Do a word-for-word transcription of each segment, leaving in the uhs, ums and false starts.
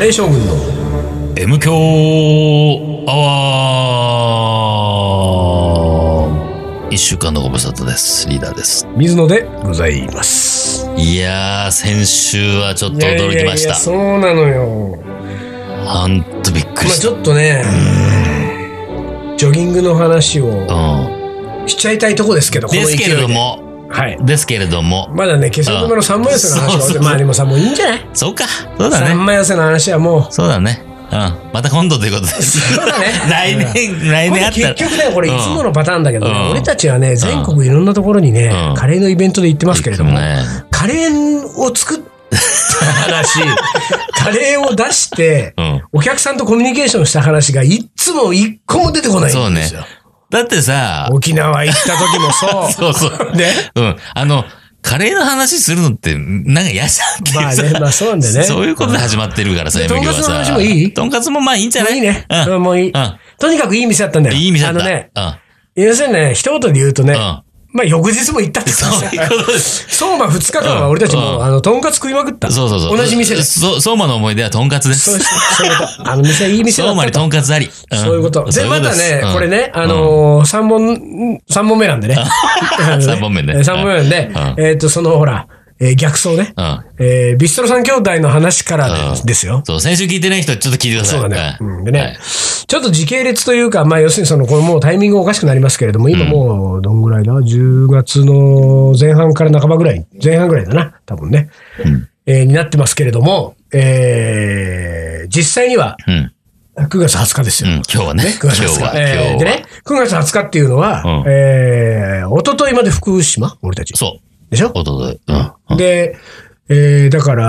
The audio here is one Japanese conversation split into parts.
井将軍の M 強アワー。一週間のご無沙汰です。リーダーです。 水野でございます。 いやー、先週はちょっと驚きました。いやいやいや、 そうなのよ。 ほんとびっくりした。 まあちょっとね、ジョギングの話をしちゃいたいとこですけど、 うん、ですけれども。 はい。 ですけれども。 まだね、気仙沼の三枚寄せの話は、そうそうそう、まあでもさ、もういいんじゃない？ そうか。そうだね。 三枚寄せの話はもう。 そうだね。うん。また今度ということです。 そうだね。 来年、来年あったら。 結局ね、これいつものパターンだけどね、うん、俺たちはね、全国いろんなところにね、うん、カレーのイベントで行ってますけれども、ね、カレーを作った話、カレーを出して、うん、お客さんとコミュニケーションした話がいつも一個も出てこないんですよ。 そうね。だってさ、 沖縄行った時もそう。 そうそう。ね。うん。あの、カレーの話するのって、なんか嫌じゃんっていう。 まあね、まあそうなんでね。 そういうことで始まってるからさ、 とんかつの話もいい？ とんかつもまあいいんじゃない？ いいね。 うん。 もういい。とにかくいい店だったんだよ。 いい店だった。 あのね、 うん。 要するにね、一言で言うとね、うん。まあ翌日も行ったってそういうことです。 相馬二日間は俺たちも、あの、とんかつ食いまくった。 そうそうそう。 同じ店です。 そう、相馬の思い出はとんかつです。 そうそういうこと。あの店、いい店だった。 相馬にとんかつあり。 そういうこと。で、またね、これね、あの、三本、三本目なんでね。 三本目ね。 三本目なんで、えっと、その、ほら、えー、逆走ね。うん、えー、ビストロ三兄弟の話からで、ですよ。 そう、先週聞いてない人ちょっと聞いてください。 そうだね。うん、でね、はい、ちょっと時系列というか、まあ要するにその、これもうタイミングおかしくなりますけれども、今もうどんぐらいだ ?じゅう 月の前半から半ばぐらい、前半ぐらいだな、多分ね。うん、えー、になってますけれども、えー、実際には、うんくがつはつかですよ。 うん、今日はね。 くがつはつか。えー、でね、くがつはつかっていうのは、うん、えー、一昨日まで福島俺たち。 そう。 でしょ？ 一昨日。 うん。で、えー、だから、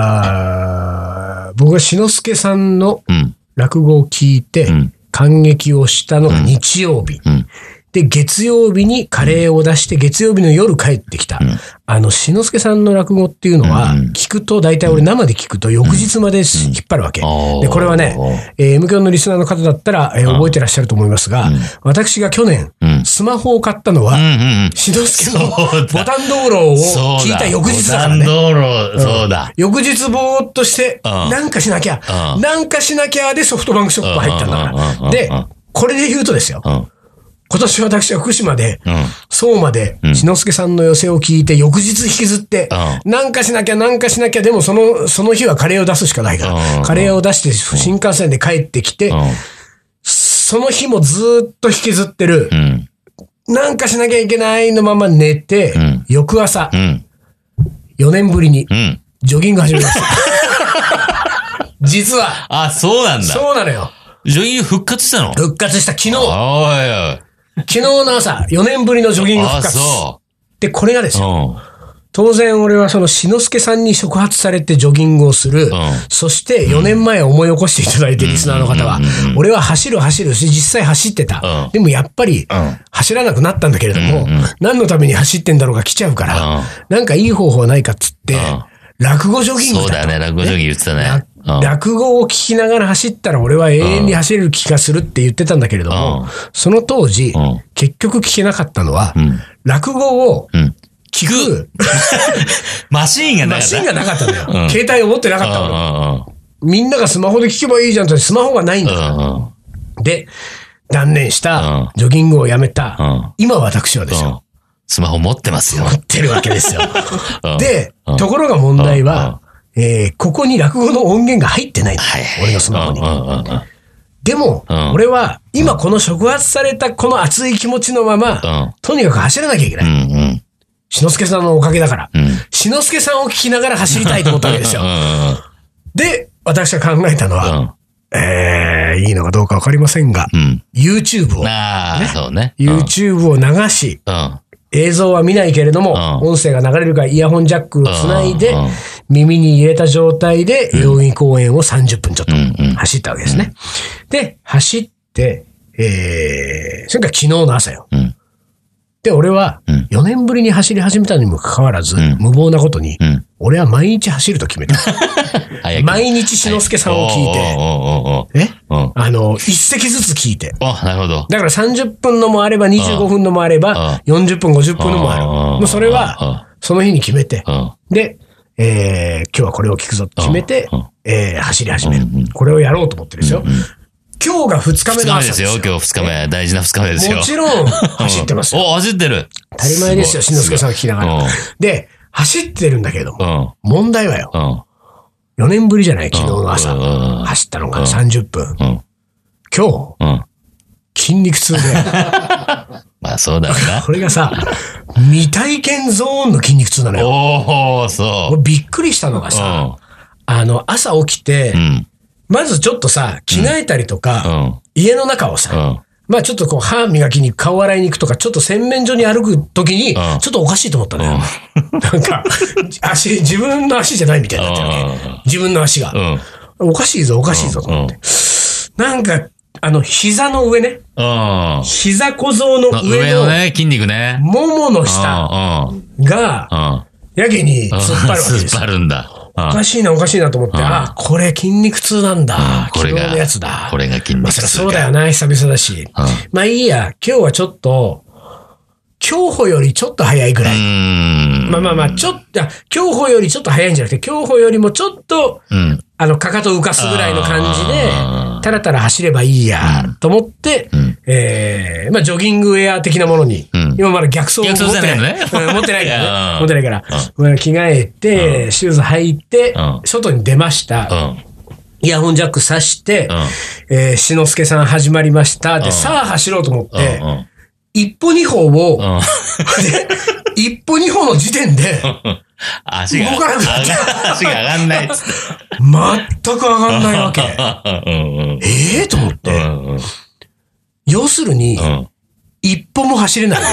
僕が志の輔さんの落語を聞いて、感激をしたのが日曜日。うんうん、で、月曜日にカレーを出して、月曜日の夜帰ってきた。うん、あの、志の輔さんの落語っていうのは、聞くと、大体俺生で聞くと翌日まで引っ張るわけ。で、これはね、えー、M 響のリスナーの方だったら、えー、覚えてらっしゃると思いますが、私が去年、スマホを買ったのは、志の輔のボタン道路を聞いた翌日だからね。 ボタン道路、そうだ。 翌日ぼーっとして、なんかしなきゃ、なんかしなきゃでソフトバンクショップ入ったんだから。で、これで言うとですよ。今年私は福島で、うん、相馬で、志の輔さんの寄せを聞いて、翌日引きずって、うん、なんかしなきゃ、なんかしなきゃ、でもその、その日はカレーを出すしかないから、うん、カレーを出して新幹線で帰ってきて、うん、その日もずーっと引きずってる、うん、なんかしなきゃいけないのまま寝て、うん、翌朝、うん、よねんぶりに、ジョギング始めました。実は。 あ、そうなんだ。 そうなのよ。 ジョギング復活したの？ 復活した、昨日。 おいおい。 昨日の朝、よねんぶりのジョギング復活。 あ、そう。 で、これがですよ。当然俺はその志の輔さんに触発されてジョギングをする。うん、そしてよねんまえ思い起こしていただいて、リスナーの方は。俺は走る走るし、実際走ってた。うん、でもやっぱり、走らなくなったんだけれども、うん、何のために走ってんだろうが来ちゃうから、うん、なんかいい方法ないかっつって、うん、落語ジョギングだと。 そうだよね、落語ジョギング言ってたね。 落語を聞きながら走ったら俺は永遠に走れる気がするって言ってたんだけれども、うん、その当時、うん、結局聞けなかったのは、うん、落語を聞く、 マシーンがなかった。 マシーンがなかったんだよ。うん、携帯を持ってなかったの。みんながスマホで聞けばいいじゃんってスマホがないんだから。で、断念した、ジョギングをやめた、今私はですよ。 スマホ持ってますよ。 持ってるわけですよ。で、ところが問題は、えー、ここに落語の音源が入ってないんだ。はい、俺のスマホに。でも、うん、俺は、今この触発されたこの熱い気持ちのまま、うん、とにかく走らなきゃいけない。うんうん、志の輔さんのおかげだから。うん、志の輔さんを聞きながら走りたいと思ったわけですよ。うん、で、私が考えたのは、うん、えー、いいのかどうかわかりませんが、うん、YouTube を、 あー、そうね。 YouTube を流し、うん映像は見ないけれども、うん、音声が流れるからイヤホンジャックをつないで、うん、耳に入れた状態で、代々木公園をさんじゅっぷんちょっと走ったわけですね。うん、で、走って、えー、それから昨日の朝よ。うん、で、俺は、よねんぶりに走り始めたにもかかわらず、うん、無謀なことに、うん、俺は毎日走ると決めた。毎日志の輔さんを聞いて、ね、あの、一席ずつ聞いて。 あ、なるほど。 だからさんじゅっぷんのもあれば、にじゅうごふんのもあれば、よんじゅっぷん、ごじゅっぷんのもある。もうそれは、その日に決めて。で、 えー、今日はこれを聞くぞと決めて、えー、走り始める。これをやろうと思ってるんですよ。今日が二日目の朝ですよ。 二日目ですよ、今日二日目。大事な二日目ですよ。 もちろん、走ってますよ。 お、走ってる。 当たり前ですよ、しんのすけさん聞きながら。で、走ってるんだけども、問題はよ。よねんぶりじゃない昨日の朝。走ったのがさんじゅっぷん。今日、筋肉痛で。 まあそうだよな。 これがさ、未体験ゾーンの筋肉痛なのよ。 おー、そう。 びっくりしたのがさ、あの、朝起きて、まずちょっとさ、着替えたりとか、家の中をさ、まあちょっとこう歯磨きに顔洗いに行くとか、ちょっと洗面所に歩くときに、ちょっとおかしいと思ったのよ。なんか、足、自分の足じゃないみたいになってるわけ。自分の足が。おかしいぞ、おかしいぞと思って。なんか、あの、膝の上ね。膝小僧の上のね、筋肉ね。 ももの下が、やけに突っ張るわけです。 突っ張るんだ。 おかしいな、おかしいなと思って、あ、これ筋肉痛なんだ。昨日のやつだ。 これが筋肉痛。 まあ、そりゃそうだよな、久々だし。まあいいや、今日はちょっと、競歩よりちょっと早いぐらい。まあまあまあ、ちょっと、競歩よりちょっと早いんじゃなくて、競歩よりもちょっと、あの、かかと浮かすぐらいの感じで、たらたら走ればいいや、と思って、えー、まあ、ジョギングウェア的なものに、今まだ逆走を持ってない。持ってないからね。持ってないから。着替えて、シューズ履いて、外に出ました。イヤホンジャック挿して、えー、しのすけさん始まりました。で、さあ走ろうと思って、一歩二歩を、一歩二歩の時点で、 足が、 動かなくなっちゃう。 足が上がんないっつって。 全く上がんないわけ。ええと思って。要するに、一歩も走れないよ。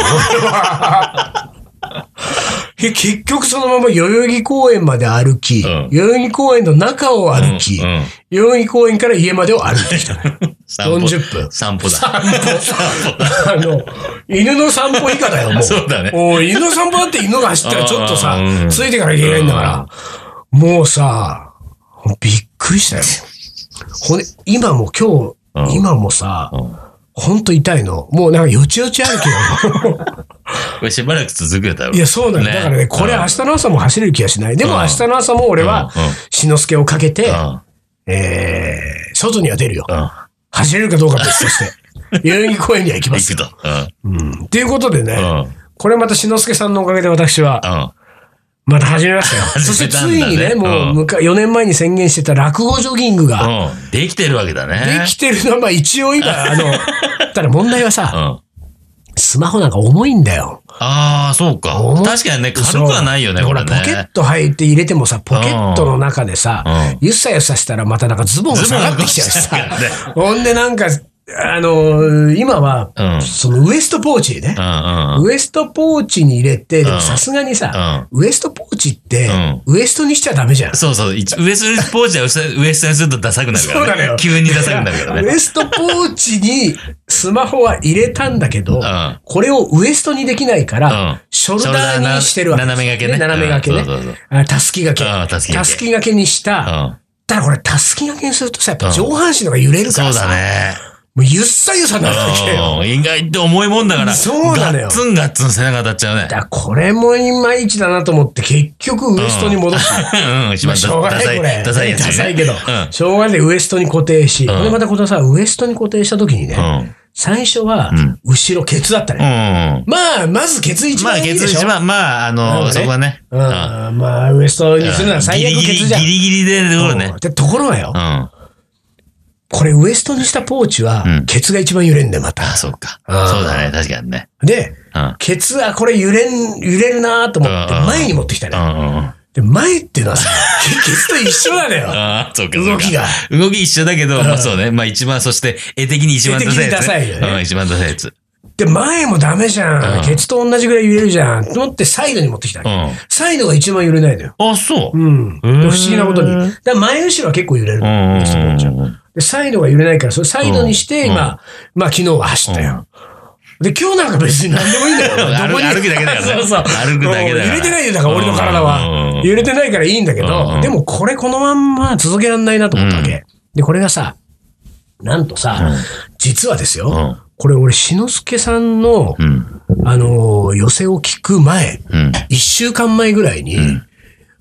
結局そのまま代々木公園まで歩き、代々木公園の中を歩き、代々木公園から家までを歩いてきたの。よんじゅっぷん。 散歩だ。 散歩。あの、犬の散歩以下だよ、もう。 そうだね。 お犬の散歩だって犬が走ったらちょっとさ、ついてからいけないんだから。もうさ、びっくりしたよ。ほんで、今も今日、今もさ、ほんと痛いの。もうなんかよちよち歩きよ。 これしばらく続くよ、多分。 いや、そうなんだ。だからね、これ明日の朝も走れる気がしない。でも明日の朝も俺は、しのすけをかけて、えー、外には出るよ。走れるかどうか別として。代々木公園には行きますよ。行くと。うん。っていうことでね、これまたしのすけさんのおかげで私は、また始めましたよ。そしてついにね、もうよねんまえに宣言してた落語ジョギングが、 できてるわけだね。 できてるのは、まあ一応今、あの、ただ問題はさ、スマホなんか重いんだよ。 ああ、そうか。確かにね、軽くはないよね、これね。 ポケット入って入れてもさ、ポケットの中でさ、ゆっさゆっさしたらまたなんかズボンが下がってきちゃうしさ。ほんでなんか、あのー、今は、うん、そのウエストポーチね、うんうんうん。ウエストポーチに入れて、でもさすがにさ、うん、ウエストポーチって、うん、ウエストにしちゃダメじゃん。 そうそう。ウエストポーチはウエストにするとダサくなるからね。そうなのよ。急にダサくなるからね。 ウエストポーチにスマホは入れたんだけど、うん、これをウエストにできないから、うん、ショルダーにしてるわけです。 斜め掛けね。 斜め掛けね。そうそうそう。たすき掛け。たすき掛けにした。うん、ただこれたすき掛けにするとさ、やっぱ上半身のが揺れるからさ。 そうだね。 もうゆっさゆさになるわけよ。 意外と重いもんだから。 そうなのよ。 ガッツンガッツン背中当たっちゃうね。 だこれもいまいちだなと思って、結局ウエストに戻す。 うん、一番しょうがないこれ。 ダサいやつね。 ダサいけど。しょうがないウエストに固定し。これまたこのさ、ウエストに固定した時にね、最初は、後ろケツだったね。まあ、まずケツ一番いいでしょ。まあ、ケツ一番、 まあ、あの、そこはね。 まあ、ウエストにするのは最悪ケツじゃん。 ギリギリで、ところね。 ところがよ。これウエストにしたポーチは、ケツが一番揺れんだよ、また。 あ、そうか。そうだね、確かにね。 で、ケツはこれ揺れん、揺れるなと思って、前に持ってきたね。で、前っていうのはさ、ケツと一緒なのよ。 ああ、そうか、 動きが。 動き一緒だけど、まあそうね。まあ一番、そして、絵的に一番ダサいやつ。絵的にダサいよね。一番ダサいやつ。 で、前もダメじゃん。ケツと同じぐらい揺れるじゃん。と思ってサイドに持ってきた。サイドが一番揺れないのよ。 あ、そう。 うん。不思議なことに。だから前後ろは結構揺れるの。で、サイドが揺れないから、それサイドにして、今、まあ昨日は走ったよ。で、今日なんか別に何でもいいんだよ。 どこに歩くだけだからね。そうそう。歩くだけだから。 揺れてないよ、だから俺の体は。揺れてないからいいんだけど、でもこれこのまんま続けられないなと思ったわけ。で、これがさ、なんとさ、実はですよ、これ俺、しのすけさんの、あの、寄せを聞く前、一週間前ぐらいに、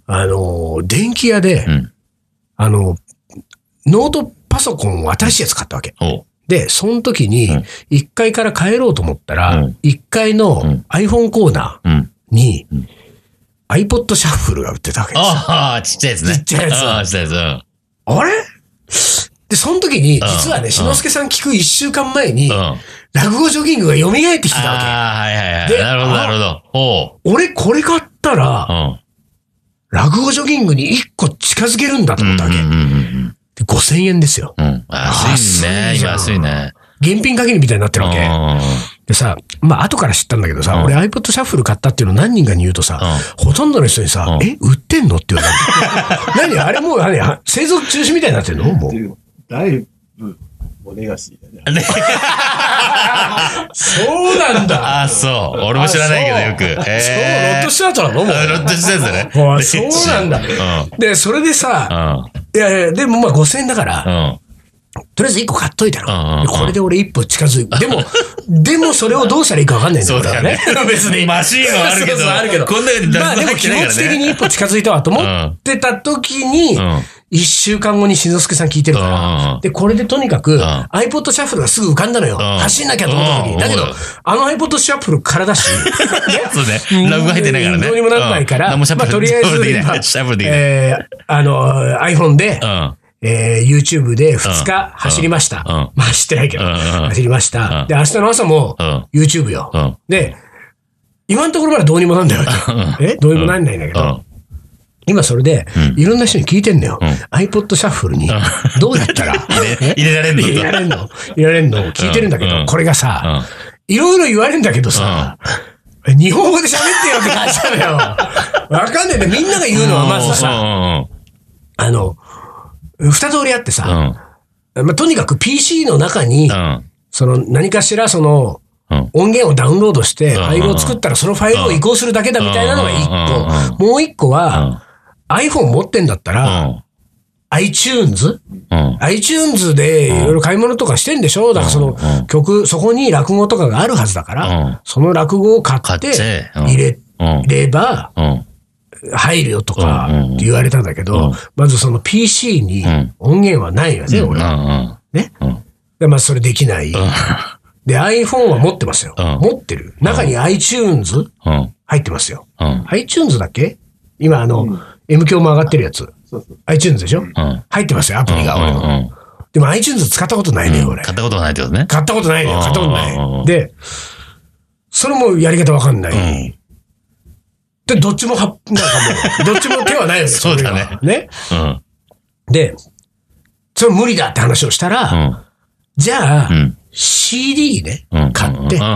あの、電気屋で、うん、あの、ノートパソコンを新しいやつ買ったわけ。で、その時に、いっかいから帰ろうと思ったら、うん、いっかいの iPhone コーナーに、うん、iPod シャッフルが売ってたわけですよ。 ああ、ちっちゃいやつね。 ちっちゃいやつ。 ああ、ちっちゃいやつ。 あれで、その時に、実はね、しのすけさん聞くいっしゅうかんまえに、落語ジョギングが蘇ってきてたわけ。 ああ、はいはいはい。なるほど、なるほど。 俺、これ買ったら、落語ジョギングにいっこ近づけるんだと思ったわけ。でごせんえんですよ。 うん。安いね。今安いね。 現品限りみたいになってるわけ。でさ、まあ後から知ったんだけどさ、俺 iPod シャッフル買ったっていうの何人かに言うとさ、ほとんどの人にさ、え、売ってんのって言われる。何あれもう何製造中止みたいになってんのもう。 だいぶ、もうレガシーだね。 そうなんだ。 あ、そう。俺も知らないけどよく。そう、ロットした後なのもう。 ロットしたやつだね。 そうなんだ。で、それでさ、いやいや、でもまあごせんえんだから、とりあえずいっこ買っといたの。これで俺一歩近づいて。でも、でもそれをどうしたらいいか分かんないんだよ。 そうだよね。別に。マシーンはあるけど。 そうそうあるけど。 こんなにまあでも気持ち的に一歩近づいたわと思ってた時に、一週間後にしのすけさん聞いてるから。で、これでとにかく、iPod シャッフルがすぐ浮かんだのよ。走んなきゃと思った時に。だけど、あの iPod シャッフルからだし。 そうね。ラグ入ってないからね。 どうにもならないから、まあとりあえず、あの、iPhone で、えー、YouTube でふつか走りました。うん、まあ走ってないけど、うん、走りました。うん、で、明日の朝も YouTube よ。うん、で、今のところまだどうにもなんだよ。うん、えどうにもなんないんだけど、うん、今それで、いろんな人に聞いてんのよ。うん、iPod シャッフルに、どうやったら入れられんの入れられんの入れられんの聞いてるんだけど、これがさ、いろいろ言われるんだけどさ、日本語で喋ってよって感じなのよ。わかんないんだよ。みんなが言うのはまずさ、あの、二通りあってさ、うん、まあ、とにかく ピーシー の中に、うん、その何かしらその、うん、音源をダウンロードして、ファイルを作ったらそのファイルを移行するだけだみたいなのが一個。もう一個は、うん、iPhone 持ってんだったら、うん、iTunes?、うん、iTunes でいろいろ買い物とかしてんでしょだからその曲、そこに落語とかがあるはずだから、うん、その落語を買って入れれば、うんうん入るよとか言われたんだけど、まずその ピーシー に音源はないよね、俺。ね。で、まあそれできない。で、iPhone は持ってますよ。持ってる。中に iTunes 入ってますよ。iTunes だっけ今あの、M 響も上がってるやつ。iTunes でしょ入ってますよ、アプリが俺の。でも iTunes 使ったことないね、俺。 買ったことないってことね。 買ったことないね。買ったことない。で、それもやり方わかんない。で、どっちもは、なんかもう、どっちも手はないよね。 そうだね。 ね。うん。で、それ無理だって話をしたら、うん、じゃあ、うん、シーディー ね、うん、買って、うん、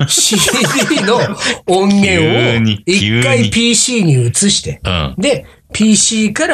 シーディー の音源を一回 ピーシー に移して、うん、で、ピーシー から、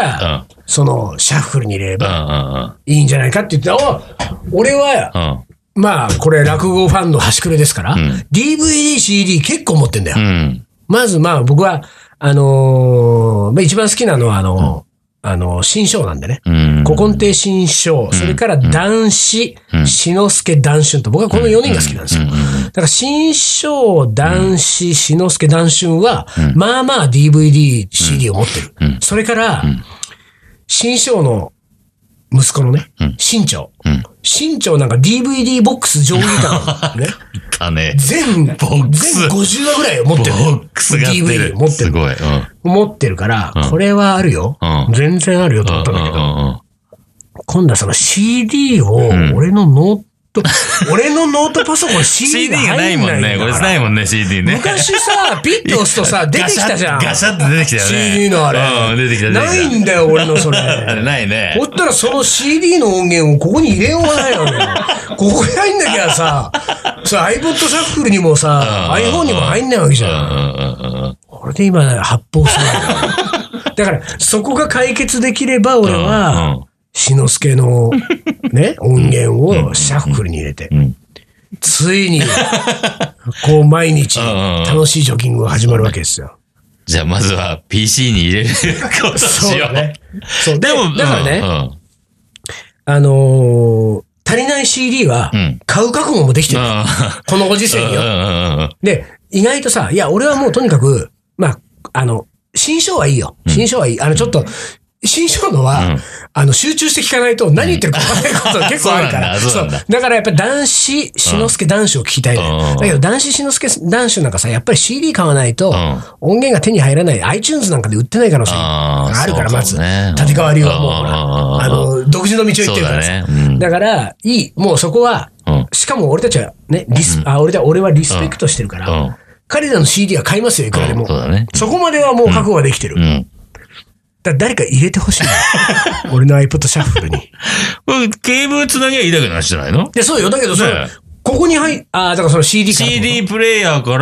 その、シャッフルに入れればいいんじゃないかって言って、お俺は、まあ、これ落語ファンの端くれですから、うん、ディーブイディー、シーディー 結構持ってんだよ。うんまずまあ僕は、あのー、一番好きなのはあの、うん、あの、新章なんでね。古今亭新章、それから談志、志の輔談春と僕はこのよにんが好きなんですよ。だから新章、談志、志の輔談春は、まあまあ ディーブイディー、シーディー を持ってる。それから、新章の息子のね、新潮。新潮なんか ディーブイディー ボックス上位感ね。 だね。 全、ボックス。全ごじゅうわぐらい持ってる。 ボックスがディーブイディー 持ってる。 すごい。 うん、持ってるから、これはあるよ。うん、全然あるよと思ったんだけど、今度はその シーディー を俺のノート、俺のノートパソコン シーディー が入んないんだから。シーディー がないもんね。これないもんね、シーディー ね。 昔さ、ピッと押すとさ、出てきたじゃん。 ガシャって出てきたよね。 シーディー のあれ。 うん、出てきた。 ないんだよ、俺のそれ。 ないね。 ほったらその シーディー の音源をここに入れようがないよね。ここに入んなきゃさ、それ iPod シャッフルにもさ、iPhone にも入んないわけじゃん。これで今発砲するだから、そこが解決できれば俺は、志の輔のね、音源をシャッフルに入れて、ついに、こう毎日楽しいジョギングが始まるわけですよ。 じゃあまずは ピーシー に入れることしよう。そうね。 そう。でも、だからね、あの足りない シーディー は買う覚悟もできてる。このご時世によ。で、意外とさ、いや、俺はもうとにかく、まあ、あの、 新章はいいよ。新章はいい。あの、ちょっと、新章のは、うん、あの、集中して聞かないと何言ってるか分からないことが結構あるから。 そうなんだ。 そう。だからやっぱり男子、志の輔男子を聞きたいね。うん、だけど男子志の輔男子なんかさ、やっぱり シーディー 買わないと、音源が手に入らない。iTunes なんかで売ってない可能性があるから、まず。ね、立川流はもう、ほら、あの、独自の道を行ってるからさ。だ, ねうん、だから、いい。もうそこは、うん、しかも俺たちはね、リス、うん、あ、俺だ、俺はリスペクトしてるから、うん、彼らの シーディー は買いますよ、いくらでも。うん、そうだね。そこまではもう覚悟ができてる。うんうんだ誰か入れてほしいな。俺の iPod シャッフルに。 ケーブルつなぎゃいいだけの話じゃないの？ いや、そうよ。だけど、それ、ここに入っ、ああ、だからその シーディー か。 シーディー プレイヤーから、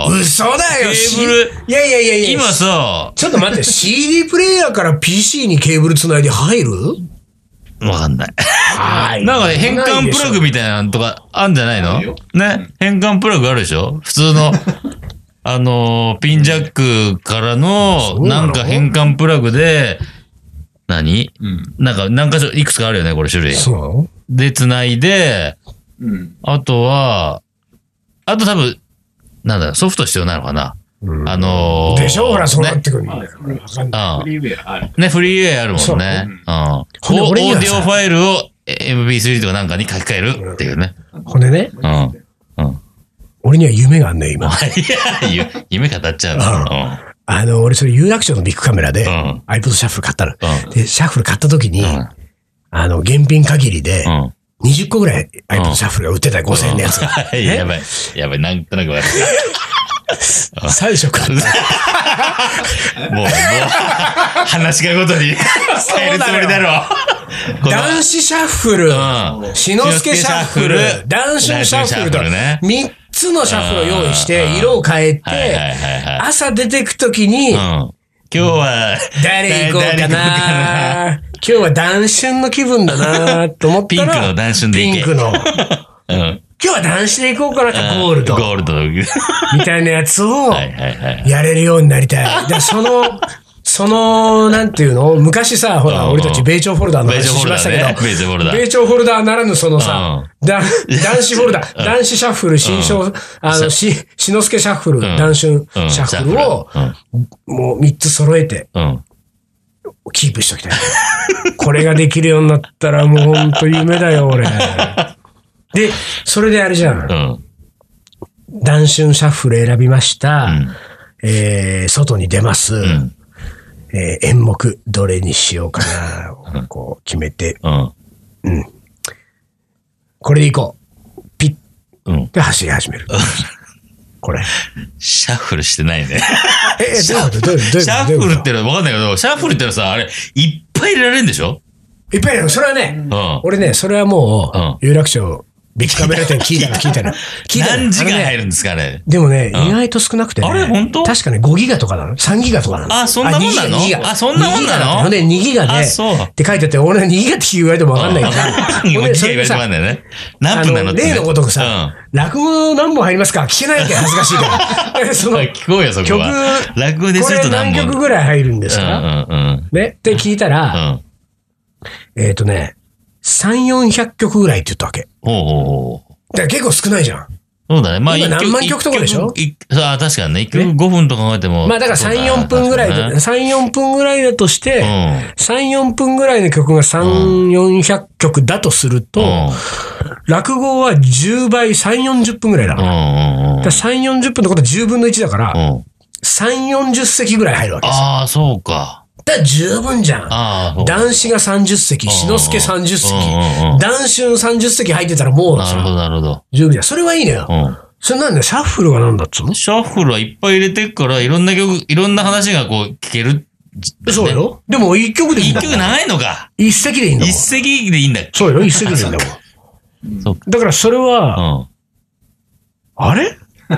嘘だよ、 ケーブル。 いやいやいやいや。 今さ、 ちょっと待って、シーディー プレイヤーから ピーシー にケーブルつないで入る？ わかんない。はい。なんかね、変換プラグみたいなのとかあんじゃないの？ね。変換プラグあるでしょ？普通の。あの、ピンジャックからの、なんか変換プラグで、何、うん、なんか、何箇所、いくつかあるよね、これ種類。 そうで、繋いで、うん、あとは、あと多分、なんだ、ソフト必要なのかな、うん、あのー、 でしょほら、そうなってくるんだよ。ね、 フリーウェアある。ね、フリーウェアあるもんね。うん。オーディオファイルを エムピースリー とかなんかに書き換えるっていうね。 ほんでね。うん。うん。俺には夢があんね今。 いや、夢語っちゃうの。 あの、俺それ有楽町のビッグカメラで、うん、iPod シャッフル買ったの、うん。で、シャッフル買った時に、うん、あの、現品限りで、にじゅっこぐらい iPod シャッフルが売ってたよ、ごせんえんのやつが。 やばい、やばい、なんとなくわかる。 最初買った。 もう、もう、話がごとに変えるつもりだろう。 男子シャッフル、志の輔シャッフル、男子シャッフルと、みっつのシャッフルを用意して、色を変えて、朝出てくときに、 今日は、 誰行こうかな今日は男春の気分だなと思ったら、 ピンクの男春で行け。 ピンクの。今日は男子で行こうかなってゴールド。 ゴールド。みたいなやつを、やれるようになりたい。で、その、その、なんていうの昔さ、ほら、俺たち米朝フォルダーの話しましたけど、 米朝フォルダー。 米朝フォルダーならぬそのさ、男子フォルダー、男子シャッフル、新章、あの、し、しのすけシャッフル、男春シャッフルを、もうみっつ揃えて、キープしときたい。これができるようになったらもうほんと夢だよ、俺。で、それであれじゃん。男春シャッフル選びました。えー、外に出ます。えー、演目、どれにしようかな、こう、決めて、うん。うん。これでいこう。ピッ。うん。で、走り始める。これ。 シャッフルしてないね。 え、どういうことどういうことシャッフルってのはわかんないけど、シャッフルってのはさ、あれ、いっぱい入れられるんでしょ？ いっぱい入れられる。それはね、うん、俺ね、それはもう、うん、有楽町、ビッグカメラ店聞いたの聞いたの。聞いたの。 何時間入るんですかね。 でもね、意外と少なくてね。 あれ本当？ 確かね、ごギガとかなの ?さんギガとかなの。 あ、そんなもんなの？あ、そんなもんなの？ で、にギガで、って書いてあって、俺にギガって言われてもわかんないから。 にギガ言われてもわかんないね。何分なのって。 例のごとくさ、落語何本入りますか聞けないけど恥ずかしいから。その、 聞こうよ、そこは。曲、落語ですると何本。 これ何曲ぐらい入るんですかねって聞いたら、えっとね、さん、よんひゃくきょくぐらいって言ったわけ。 ほうほうほう。 だから結構少ないじゃん。 そうだね。まあ、 今何万曲とかでしょ？ ああ、確かにね。いっきょくごふんと考えても。 まあだからさん、よんぷんぐらいで、さん、よんぷんぐらいだとして、さん、よんぷんぐらいの曲がさん、よんひゃくきょくだとすると、落語はじゅうばい、さん、よんじゅっぷんぐらいだから。だからさん、よんじゅっぷんのことはじゅうぶんのいちだから、さん、よんじゅっせきぐらい入るわけですよ。 ああ、そうか。 だから十分じゃん。男子がさんじゅっせき、志の輔さんじゅっせき、男春さんじゅっせき入ってたらもうなるほど、なるほど。 十分じゃん。それはいいのよ。うん、それなんだよ、シャッフルがなんだっつうの？ シャッフルはいっぱい入れてくから、いろんな曲、いろんな話がこう聞ける、ね。 そうよ。でも一曲でいいんだもん。 一曲長いのか。 一席でいいんだもん。 一席でいいんだっけ？ そうよ、一席でいいんだもん。そうだからそれは、うん、あれ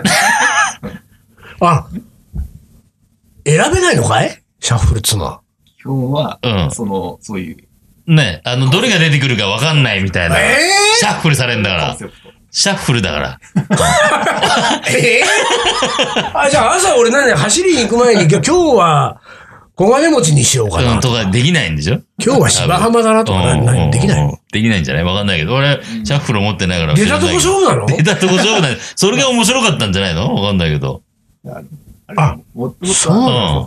あ、選べないのかい？シャッフルっつうのは。 今日は、うん、その、そういう。 ね、あの、どれが出てくるかわかんないみたいな。えー、シャッフルされんだから。シャッフルだから。 えー、あ、じゃあ朝俺何走りに行く前に、今日は、小金持ちにしようかな。 とかできないんでしょ？ 今日は芝浜だなとか、何できないの？ できないんじゃない？わかんないけど、俺、シャッフル持ってないから。 出たとこ勝負なの？ 出たとこ勝負なの。それが面白かったんじゃないの？わかんないけど。 あ、そうなの？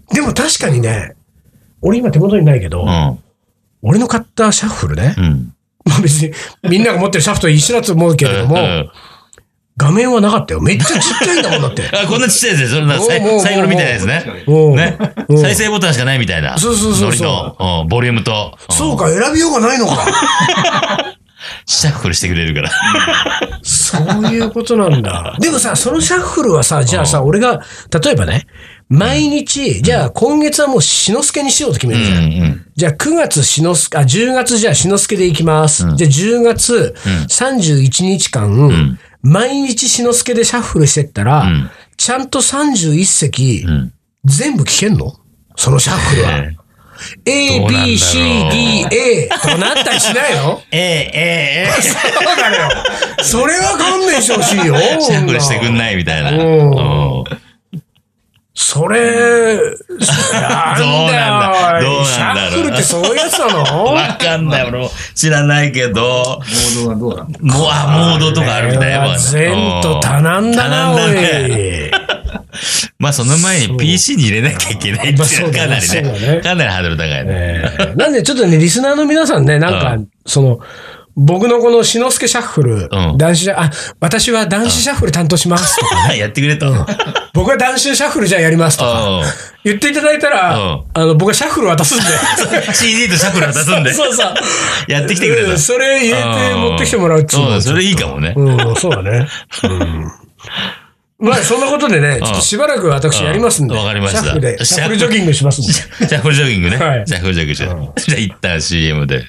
でも確かにね、俺今手元にないけど、うん、俺の買ったシャッフルね、うん、まあ別にみんなが持ってるシャフト一緒だと思うけれども、うん、画面はなかったよ。めっちゃちっちゃいんだもんだって。 あ、こんなちっちゃいですね。それな、サイコロみたいなやつね。ね。再生ボタンしかないみたいな。 そうそうそうそう。 ノリの、うん、ボリュームと。 そうか、選びようがないのか。 シャッフルしてくれるから。 そういうことなんだ。でもさ、そのシャッフルはさ、じゃあさ、俺が、例えばね、毎日、じゃあ今月はもうしのすけにしようと決めるじゃん。うんうん、じゃあくがつしのすけ、あ、じゅうがつじゃあしのすけでいきます。うん、じゃあじゅうがつさんじゅういちにちかん、うん、毎日しのすけでシャッフルしてったら、うん、ちゃんとさんじゅういっせき、うん、全部聞けんの？そのシャッフルは。A, B, C, D, A とかなったりしないの？ A, A, A そうだよ。それは勘弁してほしいよ。 シャッフルしてくんないみたいな。うんそれ、なんだよ。どうなんだどうなんだろう。 シャッフルってそういうやつなの？ わかんない。俺も知らないけど。モードはどうなの？ もう、あ、モードとかあるみたいな。 全と多難だな、おい。 まあその前に ピーシー に入れなきゃいけないっていうかなりね。かなりハードル高いね。 なんでちょっとね、リスナーの皆さんね、なんか、その、僕のこのしのすけシャッフル、うん、男子シャあ、私は男子シャッフル担当しますとか、 ね、やってくれと、うん。 僕は男子シャッフルじゃあやりますとか、言っていただいたら、あの、僕はシャッフル渡すんで。 シーディー とシャッフル渡すんで。 そうそう。 やってきてくれと。 それ入れて持ってきてもらうっていうのは。 それいいかもね。 うん、そうだね。うんまあ、そんなことでね、ちょっとしばらく私やりますんで。 わかりました。 シャッフルで、シャッフルジョギングしますんで。 シャッフルジョギングね。はい。シャッフルジョギングします。じゃあ一旦 シーエム です。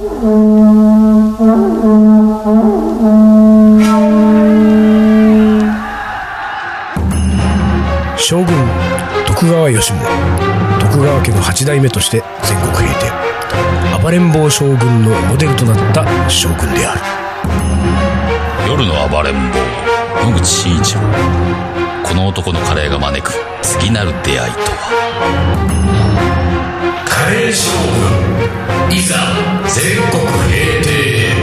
将軍、徳川吉宗。徳川家の八代目として全国平定。暴れん坊将軍のモデルとなった将軍である。 夜の暴れん坊。野口真一郎。この男のカレーが招く次なる出会いとは。カレー将軍いざ全国平定。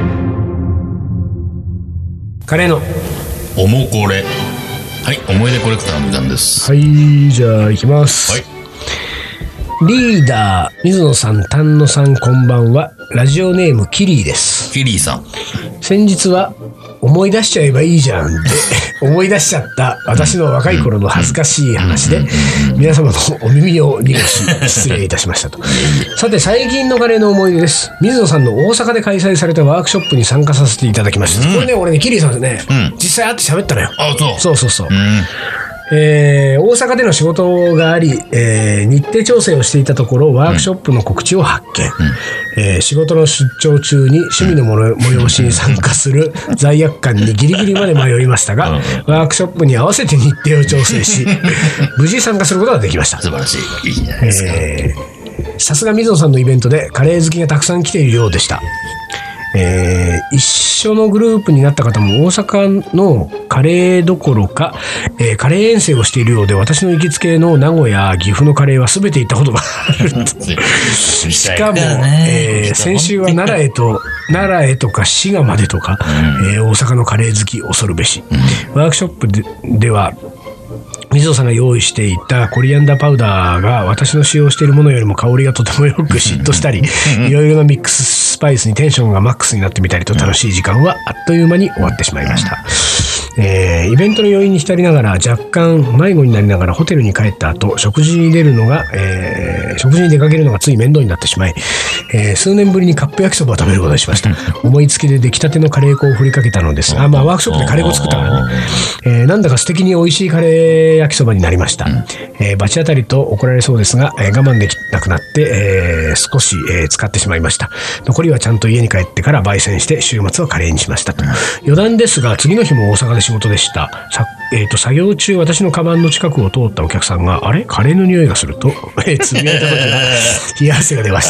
カレーのおもこれ。はい、思い出コレクターの時間です。 はい、じゃあ行きます。はい。リーダー水野さん、丹野さん、こんばんは。ラジオネームキリーです。 キリーさん。 先日は思い出しちゃえばいいじゃんって思い出しちゃった私の若い頃の恥ずかしい話で皆様のお耳を濁し失礼いたしましたと。さて最近のカレーの思い出です。水野さんの大阪で開催されたワークショップに参加させていただきました、うん、これね俺ねキリーさんでね、うん、実際会って喋ったのよ。 あ、そうそうそうそう、 うんえー、大阪での仕事があり、えー、日程調整をしていたところワークショップの告知を発見、うんえー、仕事の出張中に趣味の催しに参加する罪悪感にギリギリまで迷いましたが、うん、ワークショップに合わせて日程を調整し無事参加することができました。 素晴らしい。いいじゃないですか。 えー、さすが水野さんのイベントでカレー好きがたくさん来ているようでした。えー、一緒のグループになった方も大阪のカレーどころか、えー、カレー遠征をしているようで私の行きつけの名古屋岐阜のカレーは全て行ったことがあるしかも、えー、先週は奈良へと奈良へとか滋賀までとか、うんえー、大阪のカレー好き恐るべし、うん、ワークショップ で, では水野さんが用意していたコリアンダーパウダーが私の使用しているものよりも香りがとてもよく嫉妬したりいろいろなミックススパイスにテンションがマックスになってみたりと楽しい時間はあっという間に終わってしまいました。えー、イベントの余韻に浸りながら若干迷子になりながらホテルに帰った後食事に出るのが、えー、食事に出かけるのがつい面倒になってしまい、えー、数年ぶりにカップ焼きそばを食べることにしました。思いつきで出来たてのカレー粉を振りかけたのです。あ、まあワークショップでカレー粉作ったからね、えー、なんだか素敵に美味しいカレー焼きそばになりました。えー、バチ当たりと怒られそうですが、えー、我慢できなくなって、えー、少し、えー、使ってしまいました。残りはちゃんと家に帰ってから焙煎して週末はカレーにしましたと。余談ですが次の日も大阪で仕事でした。さ、えーと、作業中私のカバンの近くを通ったお客さんがあれカレーの匂いがすると、えー、つぶやいた時が冷や汗が出ました。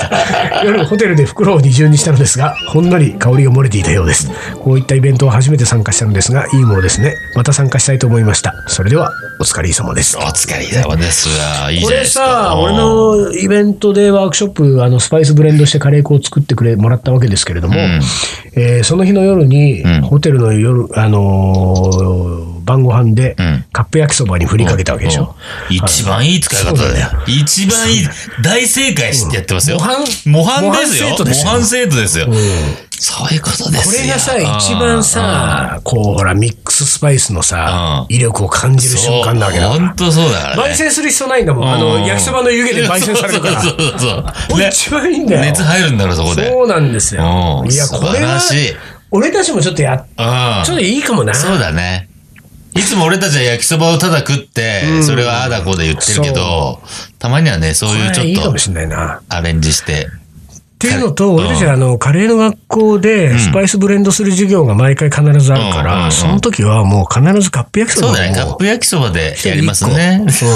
夜ホテルで袋を二重にしたのですがほんのり香りが漏れていたようです。こういったイベントは初めて参加したのですがいいものですね。また参加したいと思いました。それではお疲れ様です。 お疲れ様ですわ。いいじゃないですか。 これさ俺のイベントでワークショップあのスパイスブレンドしてカレー粉を作ってくれもらったわけですけれども、うんえー、その日の夜に、うん、ホテルの夜あのー晩ご飯でカップ焼きそばに振りかけたわけでしょ。 一番いい使い方だよ。一番いい、大正解してやってますよ。模範ですよ。模範生徒ですよ。そういうことですよ。 これがさ、一番さ、こう、ほら、ミックススパイスのさ、威力を感じる瞬間なわけだから。 本当そうだから。 焙煎する必要ないんだもん。あの、焼きそばの湯気で焙煎されるから。そうそうそう。一番いいんだよ。 熱入るんだろ、そこで。 そうなんですよ。いや、これは、俺たちもちょっとや、ちょっといいかもな。 そうだね。いつも俺たちは焼きそばをただ食って、それはああだこうで言ってるけど、たまにはね、そういうちょっと、いいかもしれないな。アレンジして。 っていうのと、俺たちはあの、カレーの学校でスパイスブレンドする授業が毎回必ずあるから、その時はもう必ずカップ焼きそばを。 そうだね、カップ焼きそばでやりますね。 そう。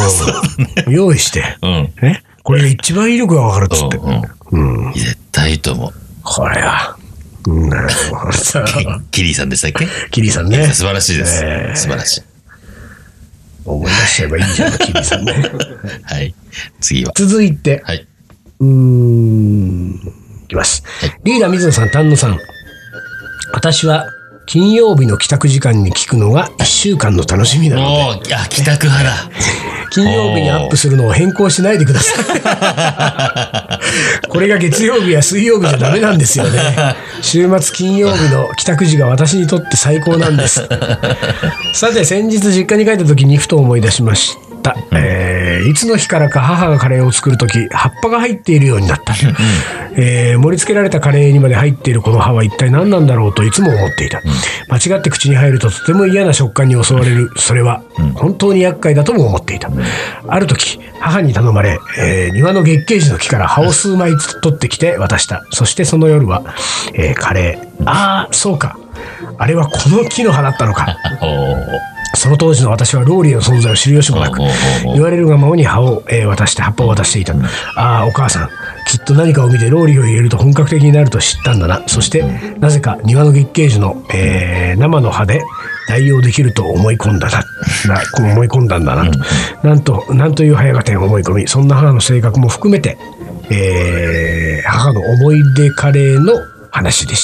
用意して、ね。これが一番威力がわかるっつって。 絶対いいと思う。 これは。なるほど。 キリーさんでしたっけ？ キリーさんね。 素晴らしいです。素晴らしい。 思い出しちゃえばいいじゃん、キリーさんね。 はい。次は。 続いて。 はい。 うーん。いきます。リーダー水野さん、丹野さん。私は金曜日の帰宅時間に聞くのがいっしゅうかんの楽しみなので。 おー、いや、帰宅派だ。 金曜日にアップするのを変更しないでください。これが月曜日や水曜日じゃダメなんですよね。週末金曜日の帰宅時が私にとって最高なんです。さて、先日実家に帰った時にふと思い出しました。えー、いつの日からか母がカレーを作るとき葉っぱが入っているようになった、えー、盛り付けられたカレーにまで入っているこの葉は一体何なんだろうといつも思っていた。間違って口に入るととても嫌な食感に襲われる。それは本当に厄介だとも思っていた。ある時母に頼まれ、えー、庭の月桂樹の木から葉を数枚取ってきて渡した。そしてその夜は、えー、カレー。ああ、そうか、あれはこの木の葉だったのか。その当時の私はローリエの存在を知る由もなく、言われるがままに葉を、えー、渡して葉っぱを渡していた。ああ、お母さん、きっと何かを見てローリエを入れると本格的になると知ったんだな。そしてなぜか庭の月桂樹の、えー、生の葉で代用できると思い込んだな、な思い込んだんだなと。なんと、なんという早がてん思い込み、そんな母の性格も含めて、えー、母の思い出カレーの話でした。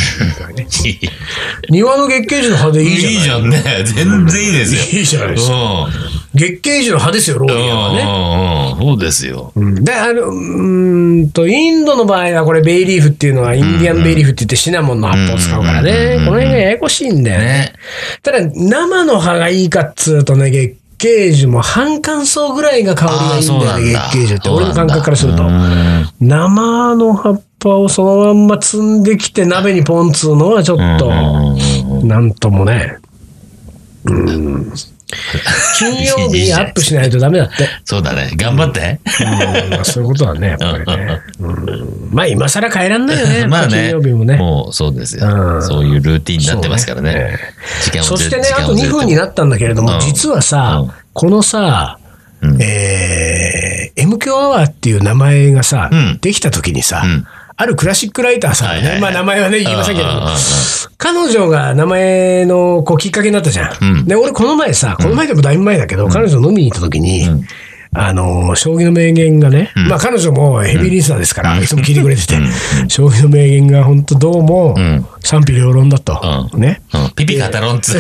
庭の月桂樹の葉でいいじゃない。いいじゃんね。全然いいですよ。 いいじゃないですか。月桂樹の葉ですよ、ローリエはね。 そうですよ。 で、あの、うんと、インドの場合はこれベイリーフっていうのはインディアンベイリーフって言ってシナモンの葉っぱを使うからね。この辺がややこしいんだよね。ただ、生の葉がいいかっつうとね、月桂樹も半乾燥ぐらいが香りがいいんだよね、月桂樹って。俺の感覚からすると。生の葉っぱをそのまんま積んできて鍋にポンつうのはちょっと、なんともね。うん金曜日にアップしないとダメだって。 そうだね。頑張って。 うん、そういうことだね、やっぱりね。うん、まあ今更変えらんないよね。 まあね。 金曜日もね。 もうそうですよ。うん、そういうルーティンになってますからね。ね時間をそしてね、あとにふんになったんだけれども、うん、実はさ、うん、このさ、うん、えー、M 強アワーっていう名前がさ、うん、できた時にさ、うんあるクラシックライターさんがね、はいはいはい、まあ名前はね、言いませんけども、彼女が名前のこうきっかけになったじゃん。うん、で、俺この前さ、この前でもだいぶ前だけど、うん、彼女飲みに行った時に、うん、あの、将棋の名言がね、うん、まあ彼女もヘビーリスナーですから、うん、いつも聞いてくれてて、うん、将棋の名言が本当どうも、賛否両論だと。うん、ね、 うん。ピピカタロンツ。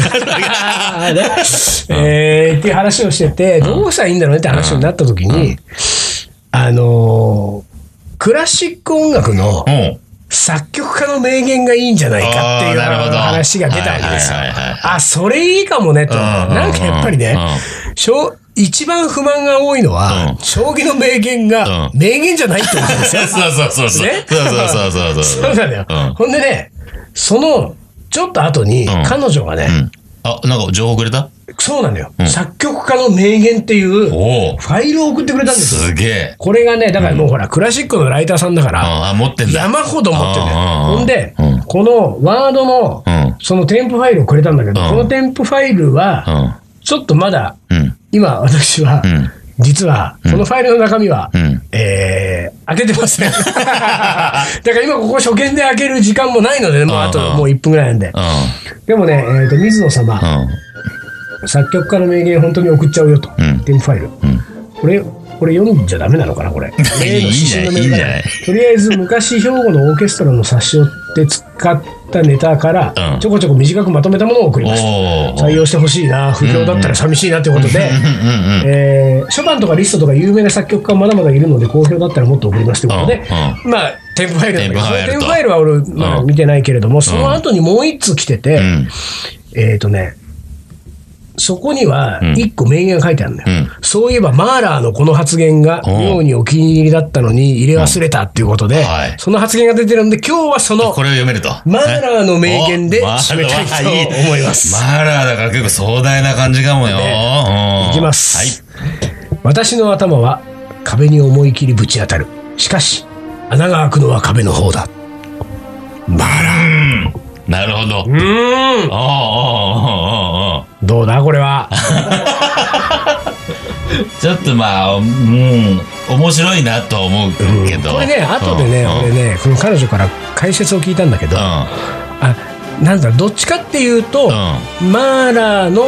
えー、っていう話をしてて、どうしたらいいんだろうねって話になった時に、うん、あのー、クラシック音楽の作曲家の名言がいいんじゃないかっていう話が出たわけですよ。あ、それいいかもねと。なんかやっぱりね、一番不満が多いのは、将棋の名言が名言じゃないってことですよ。 そうそうそうそう。ね、そうそうそうそう。 そうなんだよ。ほんでね、そのちょっと後に彼女がね、 あ、なんか情報くれた？ そうなんだよ、うん。作曲家の名言っていうファイルを送ってくれたんですよ。 すげえ。 これがね、だからもうほら、うん、クラシックのライターさんだから、 あ持ってんだ山ほど持ってんだよ。ほんで、うん、このワードの、その添付ファイルをくれたんだけど、うん、この添付ファイルは、ちょっとまだ、うん、今私は、うん実は、このファイルの中身は、うん、えー、開けてません。だから今ここ初見で開ける時間もないので、ね、もうあともういっぷんぐらいなんで。でもね、えーと、水野様、作曲家の名言本当に送っちゃうよと。添付ファイル。これ、これ読んじゃダメなのかな、これ。例の指針の名言。とりあえず昔兵庫のオーケストラの冊子をって使っったネタからちょこちょこ短くまとめたものを送りました。採用してほしいな、不評だったら寂しいなということで、えー、ショパンとかリストとか有名な作曲家まだまだいるので好評だったらもっと送りますということで、まあ添付ファイルなんだけど、その添付ファイルは俺まだ見てないけれども、その後にもう一通来てて、えっとねそこには一個名言が書いてあるんだよ、うん、そういえばマーラーのこの発言が妙にお気に入りだったのに入れ忘れたっていうことで、うんはい、その発言が出てるんで今日はそのこれを読めるとマーラーの名言で締めたいと思います。 マーラーだから結構壮大な感じかもよ、 ね、いきます、はい、私の頭は壁に思い切りぶち当たる。しかし穴が開くのは壁の方だ。マーラー。 なるほど。 うーん。 おーおーおーおーどうだこれは。 ちょっとまあ、うん、面白いなと思うけど。 うん、これね、後でね、うん、俺ね、この彼女から解説を聞いたんだけど、うん、あ、なんだ、どっちかっていうと、うん、マーラーの、うん、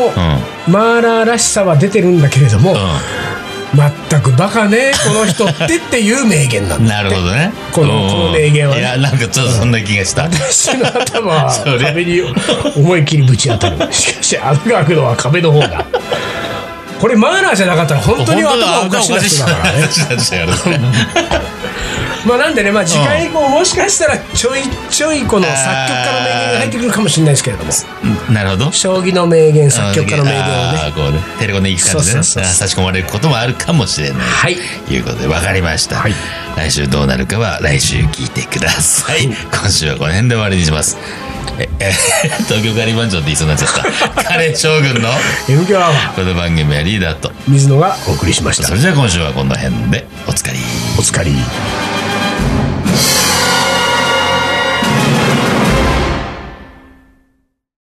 マーラーらしさは出てるんだけれども、うん、全くバカねこの人ってっていう名言なんだ。 なるほどね。 このこの名言は、ね、 いやなんかちょっとそんな気がした。 私の頭は壁に思いっきりぶち当たる。しかし穴が開くのは壁の方だ。これマーラーじゃなかったら本当に頭おかしな人だからね。まあなんでね、まあ次回以降もしかしたらちょいちょいこの作曲家の名言が入ってくるかもしれないですけれども。 なるほど。 将棋の名言、作曲家の名言をね、 こうねテレコでいく感じでね差し込まれることもあるかもしれない。はい。ということで分かりました。はい。来週どうなるかは来週聞いてください。今週はこの辺で終わりにします。ええ東京カリー番長って言いそうになっちゃったカレー将軍のエムキュー アワー。 この番組はリーダーと水野がお送りしました。 それじゃあ今週はこの辺でおつかりおつかり。